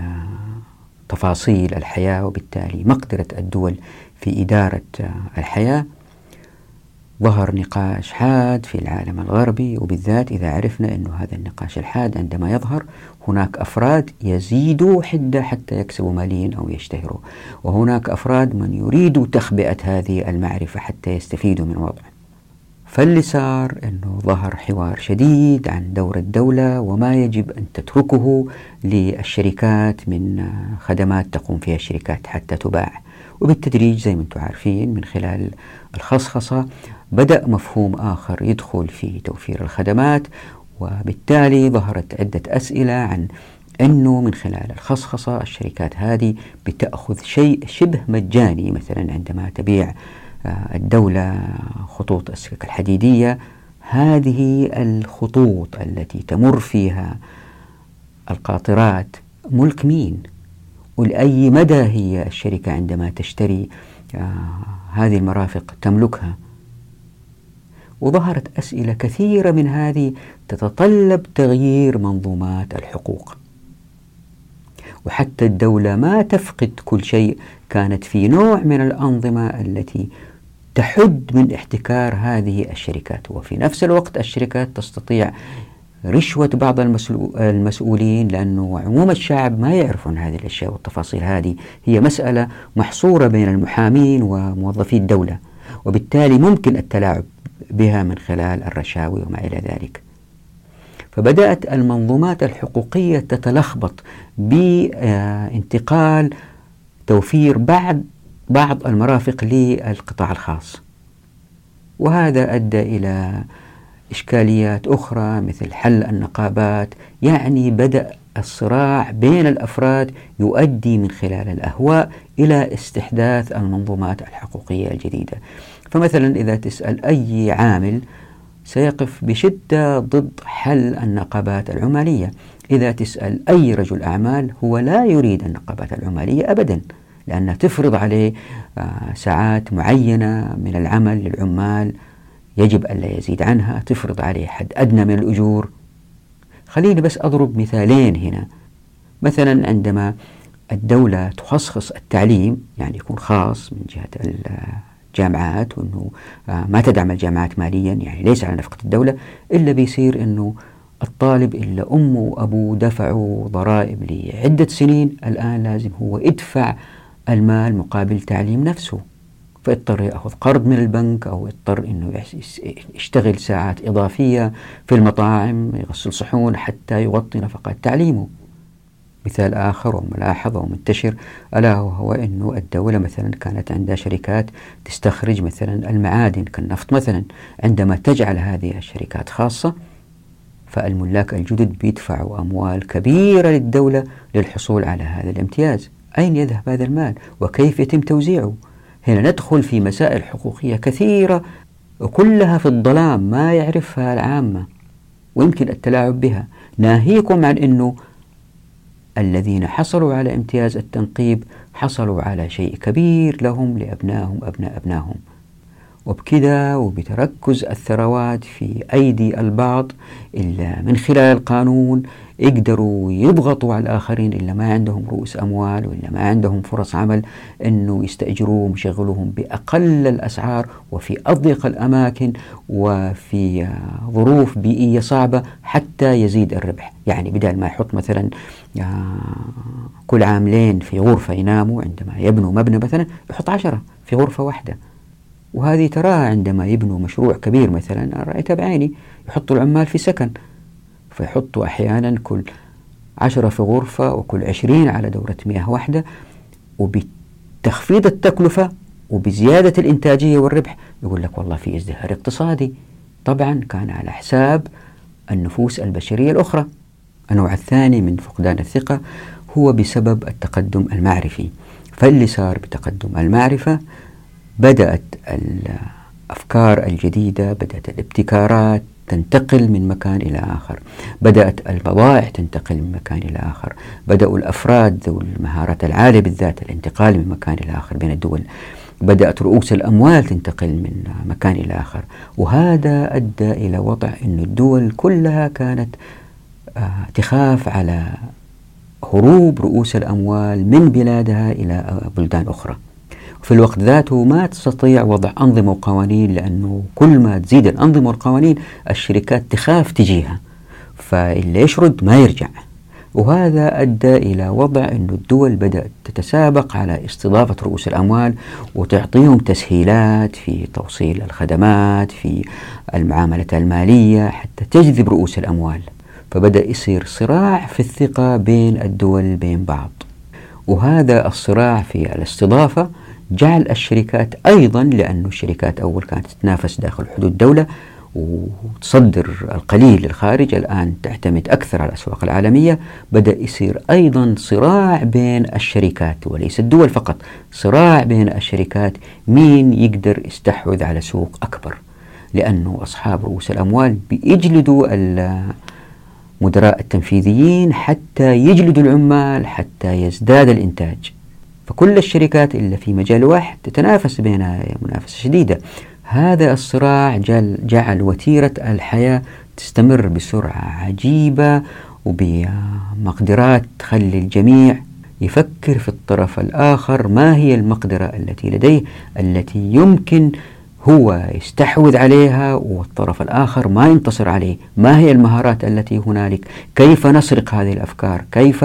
تفاصيل الحياة، وبالتالي مقدرة الدول في إدارة الحياة، ظهر نقاش حاد في العالم الغربي، وبالذات إذا عرفنا أن هذا النقاش الحاد عندما يظهر هناك أفراد يزيدوا حدة حتى يكسبوا ماليا أو يشتهروا، وهناك أفراد من يريدوا تخبئة هذه المعرفة حتى يستفيدوا من وضعه. فاللي صار أنه ظهر حوار شديد عن دور الدولة وما يجب أن تتركه للشركات من خدمات تقوم فيها الشركات حتى تباع. وبالتدريج زي ما أنتم عارفين من خلال الخصخصة بدأ مفهوم آخر يدخل في توفير الخدمات، وبالتالي ظهرت عدة أسئلة عن أنه من خلال الخصخصة الشركات هذه بتأخذ شيء شبه مجاني. مثلا عندما تبيع الدولة خطوط السكك الحديدية، هذه الخطوط التي تمر فيها القاطرات ملك مين؟ ولأي مدى هي الشركة عندما تشتري هذه المرافق تملكها؟ وظهرت أسئلة كثيرة من هذه تتطلب تغيير منظومات الحقوق، وحتى الدولة ما تفقد كل شيء، كانت في نوع من الأنظمة التي تحد من احتكار هذه الشركات، وفي نفس الوقت الشركات تستطيع رشوة بعض المسؤولين، لأنه عموم الشعب ما يعرفون هذه الأشياء والتفاصيل هذه، هي مسألة محصورة بين المحامين وموظفي الدولة، وبالتالي ممكن التلاعب بها من خلال الرشاوي وما إلى ذلك. فبدأت المنظومات الحقوقية تتلخبط بانتقال توفير بعض المرافق للقطاع الخاص، وهذا أدى إلى إشكاليات أخرى مثل حل النقابات. يعني بدأ الصراع بين الأفراد يؤدي من خلال الأهواء إلى استحداث المنظومات الحقوقية الجديدة. فمثلا إذا تسأل أي عامل سيقف بشدة ضد حل النقابات العمالية. إذا تسأل أي رجل أعمال هو لا يريد النقابات العمالية أبدا، لأنها تفرض عليه ساعات معينة من العمل للعمال يجب ألا يزيد عنها، تفرض عليه حد أدنى من الأجور. خليني بس أضرب مثالين هنا. مثلا عندما الدولة تخصص التعليم، يعني يكون خاص من جهة الجامعات، وأنه ما تدعم الجامعات ماليا، يعني ليس على نفقة الدولة، إلا بيصير أنه الطالب إلا أمه وأبوه دفعوا ضرائب لعدة سنين، الآن لازم هو يدفع المال مقابل تعليم نفسه، فاضطر يأخذ قرض من البنك أو اضطر أنه يشتغل ساعات إضافية في المطاعم يغسل صحون حتى يغطي نفقات تعليمه. مثال آخر وملاحظ ومنتشر ألا وهو أنه الدولة مثلا كانت عندها شركات تستخرج مثلا المعادن كالنفط مثلا، عندما تجعل هذه الشركات خاصة فالملاك الجدد بيدفعوا أموال كبيرة للدولة للحصول على هذا الامتياز. أين يذهب هذا المال وكيف يتم توزيعه؟ هنا ندخل في مسائل حقوقية كثيرة وكلها في الظلام ما يعرفها العامة ويمكن التلاعب بها، ناهيكم عن أنه الذين حصلوا على امتياز التنقيب حصلوا على شيء كبير لهم لأبنائهم أبنائهم. وبكذا وبتركز الثروات في أيدي البعض إلا من خلال القانون يقدروا يضغطوا على الآخرين إلا ما عندهم رؤوس أموال وإلا ما عندهم فرص عمل أنه يستأجروهم ويشغلوهم بأقل الأسعار وفي أضيق الأماكن وفي ظروف بيئية صعبة حتى يزيد الربح. يعني بدل ما يحط مثلا كل عاملين في غرفة يناموا عندما يبنوا مبنى مثلا يحط 10 في غرفة واحدة. وهذه تراها عندما يبنوا مشروع كبير مثلا، رأيتها بعيني، يحطوا العمال في سكن، فيحطوا أحيانا كل 10 في غرفة وكل 20 على دورة مياه واحدة، وبتخفيض التكلفة وبزيادة الإنتاجية والربح يقول لك والله في ازدهار اقتصادي. طبعا كان على حساب النفوس البشرية الأخرى. النوع الثاني من فقدان الثقة هو بسبب التقدم المعرفي. فاللي صار بتقدم المعرفة بدأت الأفكار الجديدة، بدأت الابتكارات تنتقل من مكان إلى آخر، بدأت البضائع تنتقل من مكان إلى آخر، بدأوا الأفراد ذو المهارات العالية بالذات الانتقال من مكان إلى آخر بين الدول، بدأت رؤوس الأموال تنتقل من مكان إلى آخر. وهذا أدى إلى وضع أن الدول كلها كانت تخاف على هروب رؤوس الأموال من بلادها إلى بلدان أخرى. في الوقت ذاته ما تستطيع وضع أنظمة وقوانين، لأنه كل ما تزيد الأنظمة والقوانين الشركات تخاف تجيها، فاللي يشرد ما يرجع. وهذا أدى إلى وضع أن الدول بدأت تتسابق على استضافة رؤوس الأموال وتعطيهم تسهيلات في توصيل الخدمات، في المعاملة المالية، حتى تجذب رؤوس الأموال. فبدأ يصير صراع في الثقة بين الدول بين بعض، وهذا الصراع في الاستضافة جعل الشركات أيضا، لأن الشركات أول كانت تتنافس داخل حدود الدولة وتصدر القليل للخارج، الآن تعتمد أكثر على الأسواق العالمية. بدأ يصير أيضا صراع بين الشركات وليس الدول فقط، صراع بين الشركات مين يقدر يستحوذ على سوق أكبر، لأنه أصحاب رؤوس الأموال بيجلدوا المدراء التنفيذيين حتى يجلدوا العمال حتى يزداد الإنتاج. فكل الشركات إلا في مجال واحد تتنافس بينها منافسة شديدة. هذا الصراع جعل وتيرة الحياة تستمر بسرعة عجيبة وبمقدرات تخلي الجميع يفكر في الطرف الآخر ما هي المقدرة التي لديه التي يمكن هو يستحوذ عليها والطرف الآخر ما ينتصر عليه، ما هي المهارات التي هنالك، كيف نسرق هذه الأفكار، كيف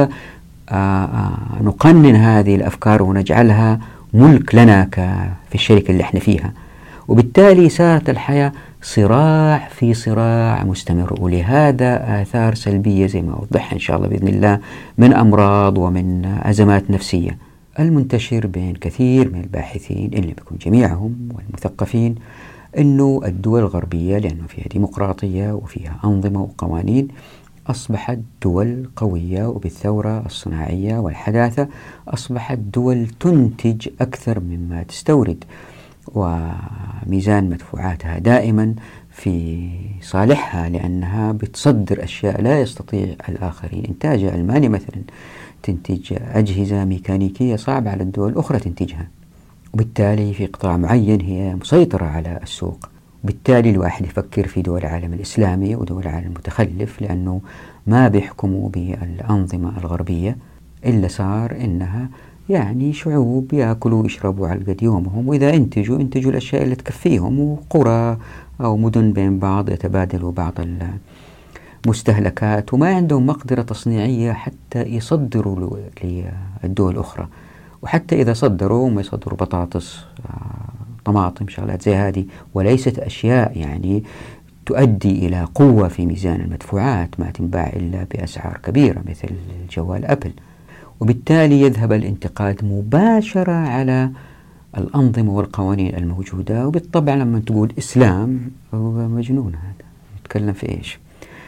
نقنن هذه الأفكار ونجعلها ملك لنا في الشركة اللي احنا فيها. وبالتالي صارت الحياة صراع في صراع مستمر، ولهذا آثار سلبية زي ما أوضحها إن شاء الله بإذن الله من أمراض ومن أزمات نفسية. المنتشر بين كثير من الباحثين إن لم يكن جميعهم والمثقفين أنه الدول الغربية لأنه فيها ديمقراطية وفيها أنظمة وقوانين أصبحت دول قوية، وبالثورة الصناعية والحداثة أصبحت دول تنتج أكثر مما تستورد، وميزان مدفوعاتها دائما في صالحها لأنها بتصدر أشياء لا يستطيع الآخرين إنتاجها. ألمانيا مثلا تنتج أجهزة ميكانيكية صعب على الدول الأخرى تنتجها، وبالتالي في قطاع معين هي مسيطرة على السوق. بالتالي الواحد يفكر في دول العالم الإسلامي ودول العالم المتخلف، لأنه ما بيحكموا بالأنظمة الغربية إلا صار إنها يعني شعوب يأكلوا ويشربوا على قد يومهم، وإذا انتجوا الأشياء اللي تكفيهم، وقرى أو مدن بين بعض يتبادلوا بعض المستهلكات، وما عندهم مقدرة تصنيعية حتى يصدروا للدول الأخرى. وحتى إذا صدروا ما يصدروا بطاطس طماطم شغلات زي هذه، وليست أشياء يعني تؤدي إلى قوة في ميزان المدفوعات، ما تنباع إلا بأسعار كبيرة مثل جوال أبل. وبالتالي يذهب الانتقاد مباشرة على الأنظمة والقوانين الموجودة. وبالطبع لما تقول إسلام هو مجنون، هذا يتكلم في إيش؟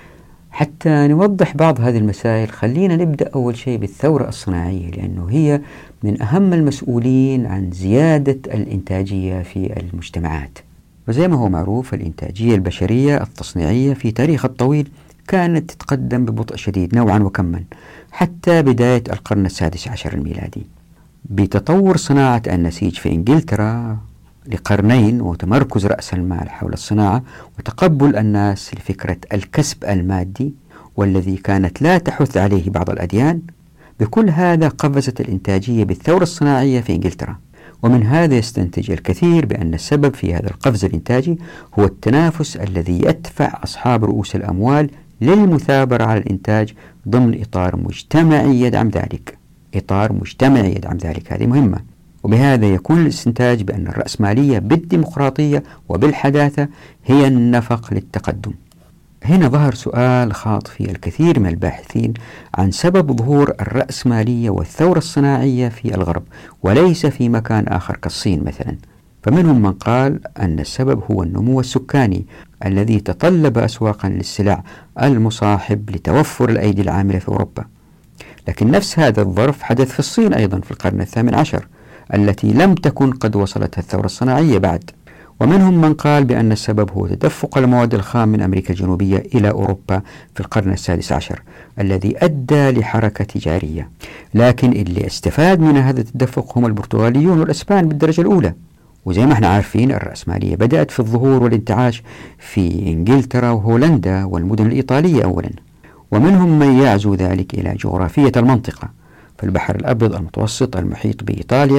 حتى نوضح بعض هذه المسائل خلينا نبدأ أول شيء بالثورة الصناعية، لأنه هي من أهم المسؤولين عن زيادة الإنتاجية في المجتمعات. وزي ما هو معروف الإنتاجية البشرية التصنيعية في تاريخ الطويل كانت تتقدم ببطء شديد نوعا وكما حتى بداية القرن السادس عشر الميلادي، بتطور صناعة النسيج في إنجلترا لقرنين وتمركز رأس المال حول الصناعة وتقبل الناس لفكرة الكسب المادي والذي كانت لا تحث عليه بعض الأديان. بكل هذا قفزت الإنتاجية بالثورة الصناعية في إنجلترا، ومن هذا يستنتج الكثير بأن السبب في هذا القفز الإنتاجي هو التنافس الذي يدفع أصحاب رؤوس الأموال للمثابرة على الإنتاج ضمن إطار مجتمعي يدعم ذلك. إطار مجتمعي يدعم ذلك هذه مهمة. وبهذا يكون الاستنتاج بأن الرأسمالية بالديمقراطية وبالحداثة هي النفق للتقدم. هنا ظهر سؤال خاض فيه الكثير من الباحثين عن سبب ظهور الرأسمالية والثورة الصناعية في الغرب وليس في مكان آخر كالصين مثلا. فمنهم من قال أن السبب هو النمو السكاني الذي تطلب أسواقا للسلع المصاحب لتوفر الأيدي العاملة في أوروبا. لكن نفس هذا الظرف حدث في الصين أيضا في القرن الثامن عشر التي لم تكن قد وصلتها الثورة الصناعية بعد. ومنهم من قال بأن السبب هو تدفق المواد الخام من أمريكا الجنوبية إلى أوروبا في القرن السادس عشر الذي أدى لحركة تجارية. لكن اللي استفاد من هذا التدفق هم البرتغاليون والأسبان بالدرجة الأولى. وزي ما احنا عارفين الرأسمالية بدأت في الظهور والانتعاش في إنجلترا وهولندا والمدن الإيطالية أولا، ومنهم من يعزو ذلك إلى جغرافية المنطقة، فالبحر الأبيض المتوسط المحيط بإيطاليا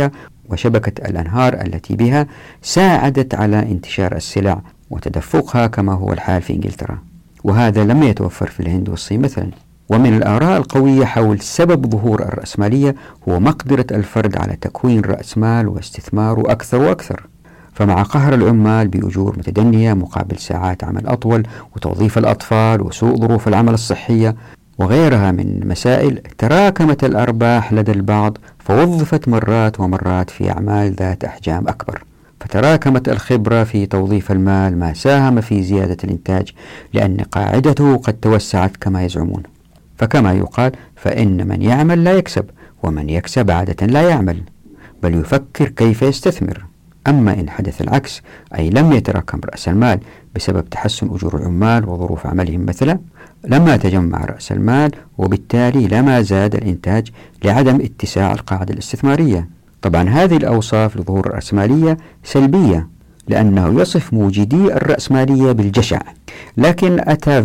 وشبكة الأنهار التي بها ساعدت على انتشار السلع وتدفقها كما هو الحال في إنجلترا، وهذا لم يتوفر في الهند والصين مثلا. ومن الآراء القوية حول سبب ظهور الرأسمالية هو مقدرة الفرد على تكوين رأس مال واستثماره أكثر وأكثر. فمع قهر العمال بأجور متدنية مقابل ساعات عمل أطول وتوظيف الأطفال وسوء ظروف العمل الصحية وغيرها من مسائل، تراكمت الأرباح لدى البعض فوظفت مرات ومرات في أعمال ذات أحجام أكبر، فتراكمت الخبرة في توظيف المال ما ساهم في زيادة الإنتاج لأن قاعدته قد توسعت كما يزعمون. فكما يقال: فإن من يعمل لا يكسب، ومن يكسب عادة لا يعمل بل يفكر كيف يستثمر. أما إن حدث العكس، أي لم يتراكم رأس المال بسبب تحسن أجور العمال وظروف عملهم مثلا، لما تجمع رأس المال وبالتالي لما زاد الإنتاج لعدم اتساع القاعدة الاستثمارية. طبعا هذه الأوصاف لظهور الرأسمالية سلبية لأنه يصف موجدي الرأسمالية بالجشع، لكن أتى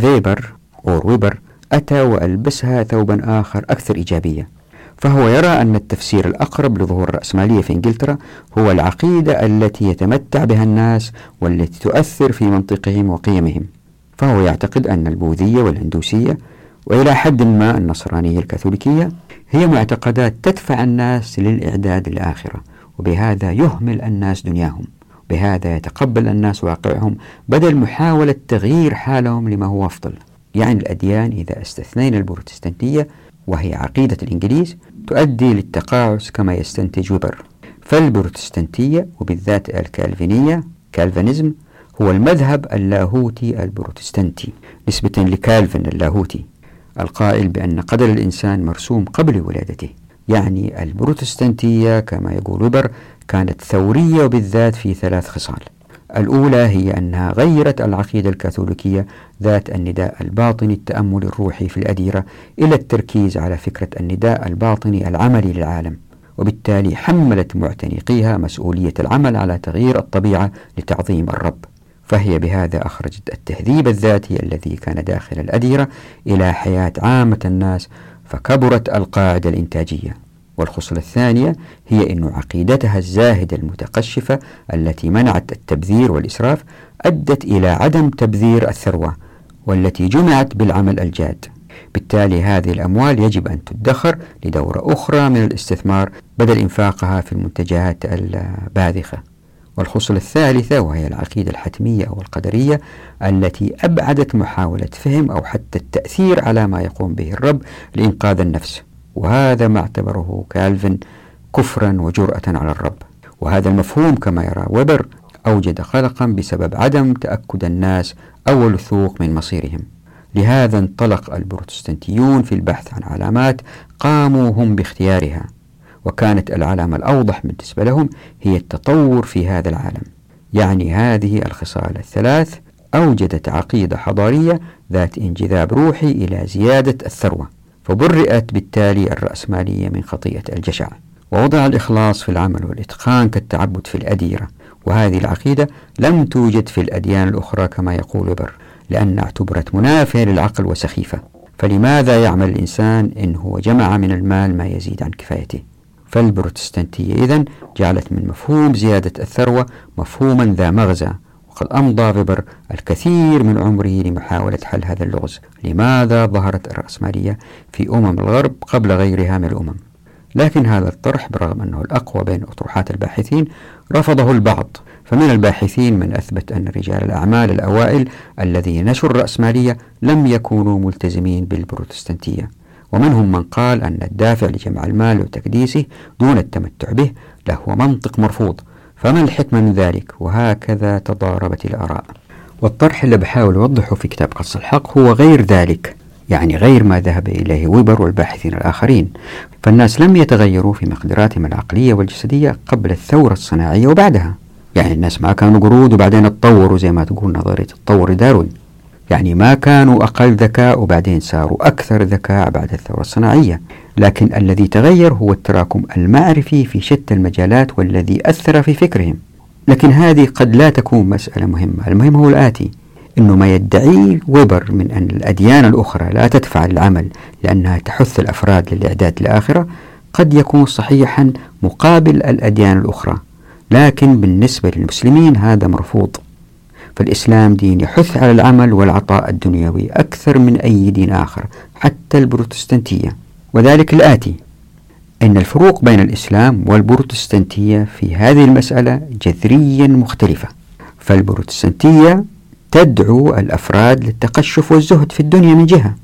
ويبر أتى وألبسها ثوبا آخر أكثر إيجابية، فهو يرى أن التفسير الأقرب لظهور الرأسمالية في إنجلترا هو العقيدة التي يتمتع بها الناس والتي تؤثر في منطقهم وقيمهم. فهو يعتقد أن البوذية والهندوسية وإلى حد ما النصرانية الكاثوليكية هي معتقدات تدفع الناس للإعداد للآخرة، وبهذا يهمل الناس دنياهم، بهذا يتقبل الناس واقعهم بدل محاولة تغيير حالهم لما هو أفضل. يعني الأديان إذا استثنينا البروتستانتية وهي عقيدة الإنجليز تؤدي للتقاعس كما يستنتج ويبر. فالبروتستانتية وبالذات الكالفينية كالفينيزم هو المذهب اللاهوتي البروتستانتي نسبة لكالفن اللاهوتي القائل بأن قدر الإنسان مرسوم قبل ولادته. يعني البروتستانتية كما يقول ويبر كانت ثورية وبالذات في 3 خصال. الأولى هي أنها غيرت العقيدة الكاثوليكية ذات النداء الباطني التأمل الروحي في الأديرة إلى التركيز على فكرة النداء الباطني العملي للعالم، وبالتالي حملت معتنقيها مسؤولية العمل على تغيير الطبيعة لتعظيم الرب. فهي بهذا أخرجت التهذيب الذاتي الذي كان داخل الأديرة إلى حياة عامة الناس، فكبرت القاعدة الإنتاجية. والخصلة الثانية هي أن عقيدتها الزاهدة المتقشفة التي منعت التبذير والإسراف أدت إلى عدم تبذير الثروة والتي جمعت بالعمل الجاد. بالتالي هذه الأموال يجب أن تدخر لدورة أخرى من الاستثمار بدل إنفاقها في المنتجات الباذخة. والخصلة الثالثة وهي العقيدة الحتمية أو القدرية التي أبعدت محاولة فهم أو حتى التأثير على ما يقوم به الرب لإنقاذ النفس، وهذا ما اعتبره كالفن كفرا وجرأة على الرب. وهذا المفهوم كما يرى ويبر أوجد قلقا بسبب عدم تأكد الناس أو الوثوق من مصيرهم. لهذا انطلق البروتستانتيون في البحث عن علامات قاموا هم باختيارها، وكانت العلامة الأوضح بالنسبة لهم هي التطور في هذا العالم. يعني هذه الخصال الثلاث أوجدت عقيدة حضارية ذات انجذاب روحي إلى زيادة الثروة، فبرئت بالتالي الرأسمالية من خطيئة الجشع، ووضع الإخلاص في العمل والإتقان كالتعبد في الأديرة. وهذه العقيدة لم توجد في الأديان الأخرى كما يقول ويبر، لأنها اعتبرت منافية للعقل وسخيفة. فلماذا يعمل الإنسان إن هو جمع من المال ما يزيد عن كفايته؟ فالبروتستانتية إذن جعلت من مفهوم زيادة الثروة مفهوما ذا مغزى، وقد أمضى ويبر الكثير من عمره لمحاولة حل هذا اللغز. لماذا ظهرت الرأسمالية في الغرب قبل غيرها من الأمم؟ لكن هذا الطرح برغم أنه الأقوى بين أطروحات الباحثين رفضه البعض. فمن الباحثين من أثبت أن رجال الأعمال الأوائل الذين نشروا الرأسمالية لم يكونوا ملتزمين بالبروتستانتية، ومنهم من قال أن الدافع لجمع المال وتكديسه دون التمتع به له منطق مرفوض. فما الحكمة من ذلك؟ وهكذا تضاربت الآراء. والطرح اللي بحاول أوضحه في كتاب قص الحق هو غير ذلك، يعني غير ما ذهب إليه ويبر والباحثين الآخرين. فالناس لم يتغيروا في مقدراتهم العقلية والجسدية قبل الثورة الصناعية وبعدها. يعني الناس ما كانوا قرود وبعدين اتطوروا زي ما تقول نظرية التطور داروين. يعني ما كانوا أقل ذكاء وبعدين صاروا أكثر ذكاء بعد الثورة الصناعية، لكن الذي تغير هو التراكم المعرفي في شتى المجالات والذي أثر في فكرهم. لكن هذه قد لا تكون مسألة مهمة. المهم هو الآتي: إنه ما يدعيه ويبر من أن الأديان الأخرى لا تدفع للعمل لأنها تحث الأفراد للإعداد للآخرة قد يكون صحيحا مقابل الأديان الأخرى، لكن بالنسبة للمسلمين هذا مرفوض. فالإسلام دين يحث على العمل والعطاء الدنيوي أكثر من أي دين آخر، حتى البروتستانتية. وذلك الآتي: إن الفروق بين الإسلام والبروتستانتية في هذه المسألة جذريا مختلفة. فالبروتستانتية تدعو الأفراد للتقشف والزهد في الدنيا من جهة،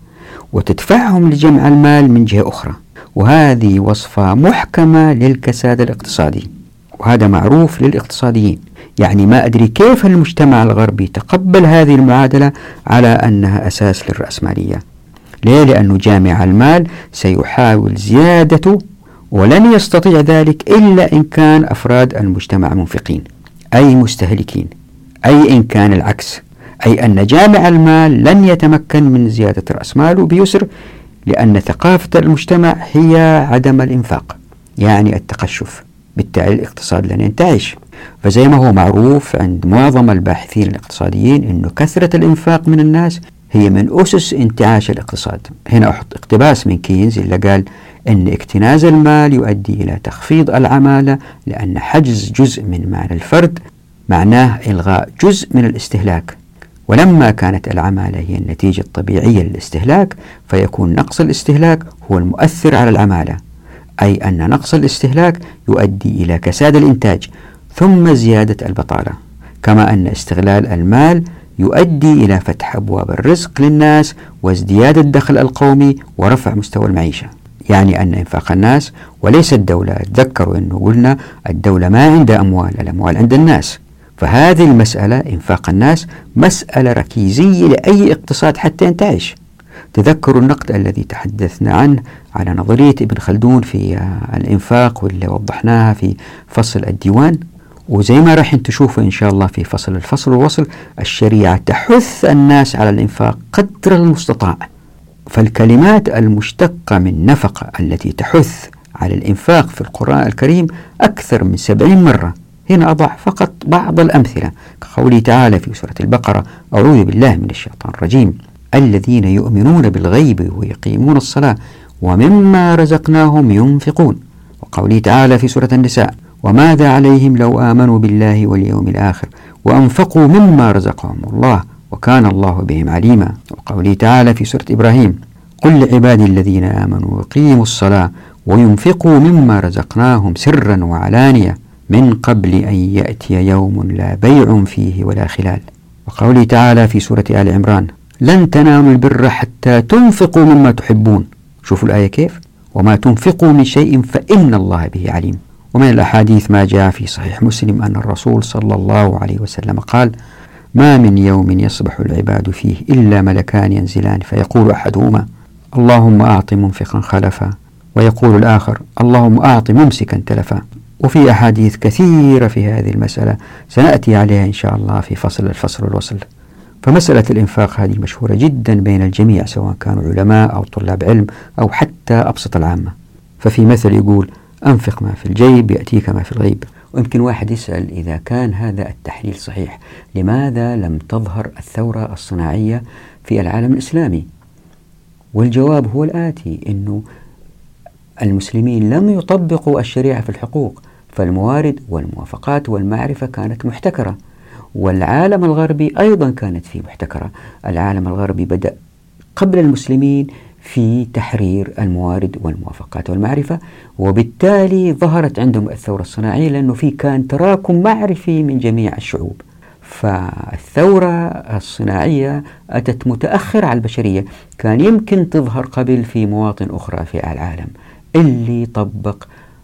وتدفعهم لجمع المال من جهة أخرى، وهذه وصفة محكمة للكساد الاقتصادي، وهذا معروف للاقتصاديين. يعني ما أدري كيف المجتمع الغربي تقبل هذه المعادلة على أنها أساس للرأسمالية. ليه؟ لأنه جامع المال سيحاول زيادته، ولن يستطيع ذلك إلا إن كان أفراد المجتمع منفقين أي مستهلكين، أي إن كان العكس، أي أن جامع المال لن يتمكن من زيادة رأس ماله بيسر، لأن ثقافة المجتمع هي عدم الإنفاق، يعني التقشف. بالتالي الاقتصاد لن ينتعش. فزي ما هو معروف عند معظم الباحثين الاقتصاديين أنه كثرة الإنفاق من الناس هي من أسس انتعاش الاقتصاد. هنا أحط اقتباس من كينز اللي قال أن اكتناز المال يؤدي إلى تخفيض العمالة، لأن حجز جزء من مال الفرد معناه إلغاء جزء من الاستهلاك، ولما كانت العمالة هي النتيجة الطبيعية للاستهلاك فيكون نقص الاستهلاك هو المؤثر على العمالة، أي أن نقص الاستهلاك يؤدي إلى كساد الإنتاج ثم زيادة البطالة، كما أن استغلال المال يؤدي إلى فتح أبواب الرزق للناس وازدياد الدخل القومي ورفع مستوى المعيشة. يعني أن إنفاق الناس وليس الدولة. تذكروا أنه قلنا الدولة ما عندها أموال، الأموال عند الناس. فهذه المسألة إنفاق الناس مسألة ركيزية لأي اقتصاد حتى ينتعش. تذكروا النقد الذي تحدثنا عنه على نظرية ابن خلدون في الإنفاق واللي وضحناها في فصل الديوان، وزي ما راح تشوفوا إن شاء الله في فصل الفصل والوصل، الشريعة تحث الناس على الإنفاق قدر المستطاع. فالكلمات المشتقة من نفقة التي تحث على الإنفاق في القرآن الكريم أكثر من 70 مرة. هنا أضع فقط بعض الأمثلة كقوله تعالى في سورة البقرة: أعوذ بالله من الشيطان الرجيم: الذين يؤمنون بالغيب ويقيمون الصلاة ومما رزقناهم ينفقون. وقوله تعالى في سورة النساء: وماذا عليهم لو آمنوا بالله واليوم الآخر وأنفقوا مما رزقهم الله وكان الله بهم عليما. وقوله تعالى في سورة إبراهيم: قل لعبادي الذين آمنوا ويقيموا الصلاة وينفقوا مما رزقناهم سرا وعلانية من قبل أن يأتي يوم لا بيع فيه ولا خلال. وقوله تعالى في سورة آل عمران: لن تنالوا البر حتى تنفقوا مما تحبون. شوفوا الآية كيف: وما تنفقوا من شيء فإن الله به عليم. ومن الأحاديث ما جاء في صحيح مسلم أن الرسول صلى الله عليه وسلم قال: ما من يوم يصبح العباد فيه إلا ملكان ينزلان فيقول أحدهما: اللهم أعط منفقا خلفا، ويقول الآخر: اللهم أعط ممسكا تلفا. وفي أحاديث كثيرة في هذه المسألة سنأتي عليها إن شاء الله في فصل الفصل والوصل. فمسألة الإنفاق هذه مشهورة جدا بين الجميع، سواء كانوا علماء أو طلاب علم أو حتى أبسط العامة. ففي مثل يقول: أنفق ما في الجيب يأتيك ما في الغيب. ويمكن واحد يسأل: إذا كان هذا التحليل صحيح، لماذا لم تظهر الثورة الصناعية في العالم الإسلامي؟ والجواب هو الآتي: إنه المسلمين لم يطبقوا الشريعة في الحقوق، فالموارد والموافقات والمعرفة كانت محتكرة، والعالم الغربي أيضا كانت فيه محتكرة. العالم الغربي بدأ قبل المسلمين في تحرير الموارد والموافقات والمعرفة، وبالتالي ظهرت عندهم الثورة الصناعية، لأنه في كان تراكم معرفي من جميع الشعوب. فالثورة الصناعية أتت متأخر على البشرية، كان يمكن تظهر قبل في مواطن أخرى في العالم اللي طبق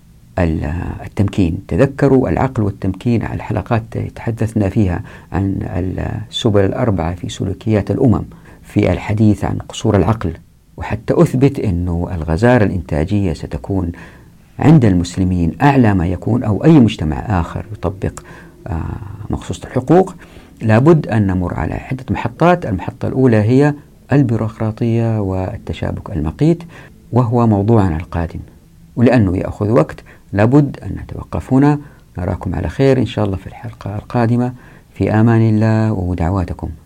التمكين. تذكروا العقل والتمكين على الحلقات تحدثنا فيها عن السبل الأربعة في سلوكيات الأمم، في الحديث عن قصور العقل. وحتى أثبت أنه الغزارة الإنتاجية ستكون عند المسلمين أعلى ما يكون، أو أي مجتمع آخر يطبق مخصوص الحقوق، لابد أن نمر على عدة محطات. المحطة الأولى هي البيروقراطية والتشابك المقيت، وهو موضوعنا القادم، ولأنه يأخذ وقت لابد أن نتوقف هنا. نراكم على خير إن شاء الله في الحلقة القادمة، في أمان الله ودعواتكم.